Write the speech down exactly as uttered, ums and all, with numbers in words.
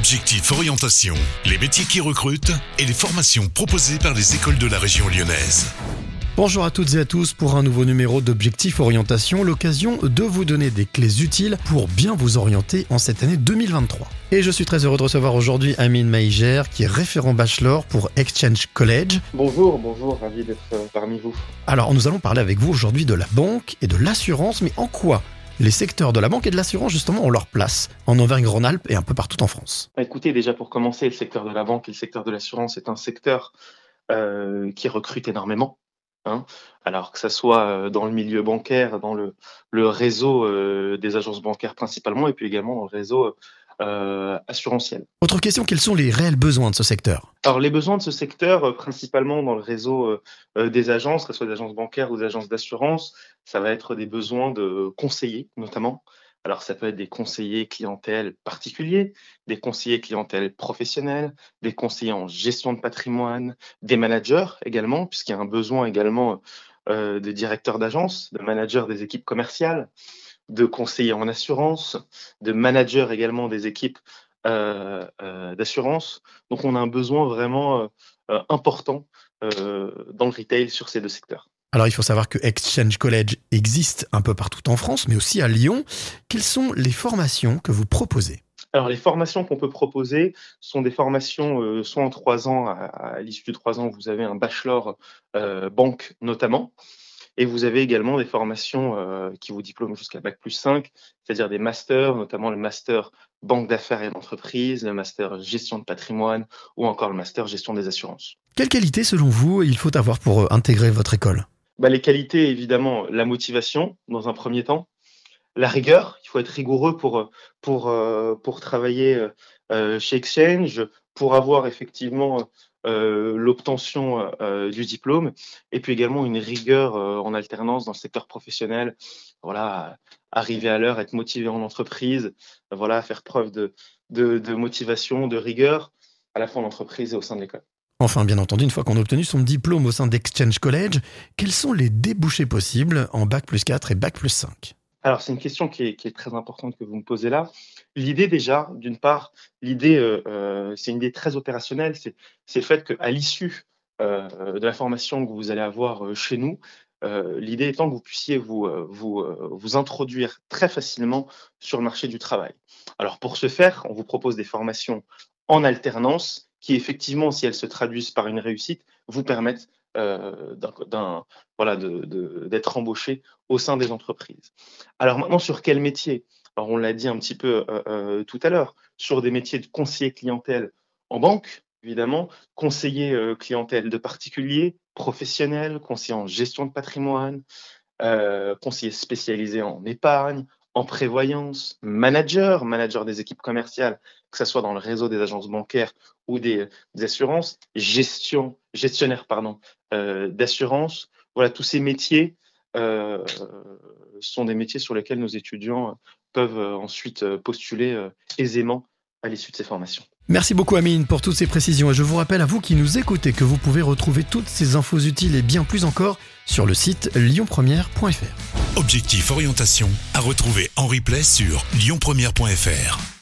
Objectif Orientation, les métiers qui recrutent et les formations proposées par les écoles de la région lyonnaise. Bonjour à toutes et à tous pour un nouveau numéro d'Objectif Orientation, l'occasion de vous donner des clés utiles pour bien vous orienter en cette année deux mille vingt-trois. Et je suis très heureux de recevoir aujourd'hui Amine Maïger, qui est référent bachelor pour Exchange College. Bonjour, bonjour, ravi d'être parmi vous. Alors nous allons parler avec vous aujourd'hui de la banque et de l'assurance, mais en quoi les secteurs de la banque et de l'assurance justement ont leur place en Auvergne-Rhône-Alpes et un peu partout en France? Écoutez, déjà pour commencer, le secteur de la banque et le secteur de l'assurance est un secteur euh, qui recrute énormément. Hein. Alors que ça soit dans le milieu bancaire, dans le, le réseau euh, des agences bancaires principalement, et puis également dans le réseau euh, assurantiel. Autre question, quels sont les réels besoins de ce secteur? Alors les besoins de ce secteur, euh, principalement dans le réseau euh, des agences, que ce soit des agences bancaires ou des agences d'assurance, ça va être des besoins de conseillers notamment. Alors ça peut être des conseillers clientèle particuliers, des conseillers clientèle professionnels, des conseillers en gestion de patrimoine, des managers également, puisqu'il y a un besoin également euh, de directeurs d'agence, de managers des équipes commerciales, de conseillers en assurance, de managers également des équipes euh, euh, d'assurance. Donc on a un besoin vraiment euh, important euh, dans le retail sur ces deux secteurs. Alors il faut savoir que Exchange College existe un peu partout en France, mais aussi à Lyon. Quelles sont les formations que vous proposez? Alors les formations qu'on peut proposer sont des formations euh, soit en trois ans, à, à l'issue de trois ans, vous avez un bachelor euh, banque notamment, et vous avez également des formations euh, qui vous diplôment jusqu'à bac plus cinq, c'est-à-dire des masters, notamment le master banque d'affaires et d'entreprise, le master gestion de patrimoine ou encore le master gestion des assurances. Quelles qualités selon vous il faut avoir pour intégrer votre école? Bah, les qualités, évidemment, la motivation dans un premier temps, la rigueur, il faut être rigoureux pour, pour, euh, pour travailler euh, chez Exchange, pour avoir effectivement euh, l'obtention euh, du diplôme, et puis également une rigueur euh, en alternance dans le secteur professionnel. Voilà, arriver à l'heure, être motivé en entreprise, voilà, faire preuve de, de, de motivation, de rigueur, à la fois en entreprise et au sein de l'école. Enfin, bien entendu, une fois qu'on a obtenu son diplôme au sein d'Exchange College, quels sont les débouchés possibles en bac plus quatre et bac plus cinq? Alors, c'est une question qui est, qui est très importante que vous me posez là. L'idée déjà, d'une part, l'idée, euh, euh, c'est une idée très opérationnelle, c'est, c'est le fait qu'à l'issue euh, de la formation que vous allez avoir euh, chez nous, euh, l'idée étant que vous puissiez vous, euh, vous, euh, vous introduire très facilement sur le marché du travail. Alors, pour ce faire, on vous propose des formations en alternance qui, effectivement, si elles se traduisent par une réussite, vous permettent euh, d'un, d'un, voilà, de, de, d'être embauché au sein des entreprises. Alors maintenant, sur quel métier? Alors on l'a dit un petit peu euh, euh, tout à l'heure, sur des métiers de conseiller clientèle en banque, évidemment, conseiller euh, clientèle de particuliers, professionnels, conseiller en gestion de patrimoine, euh, conseiller spécialisé en épargne, en prévoyance, manager, manager des équipes commerciales, que ce soit dans le réseau des agences bancaires ou des, des assurances, gestion, gestionnaire pardon, euh, d'assurance. Voilà, tous ces métiers euh, sont des métiers sur lesquels nos étudiants peuvent ensuite postuler aisément à l'issue de ces formations. Merci beaucoup Amine pour toutes ces précisions et je vous rappelle à vous qui nous écoutez que vous pouvez retrouver toutes ces infos utiles et bien plus encore sur le site lyon première point f r. Objectif Orientation à retrouver en replay sur lyon première point f r.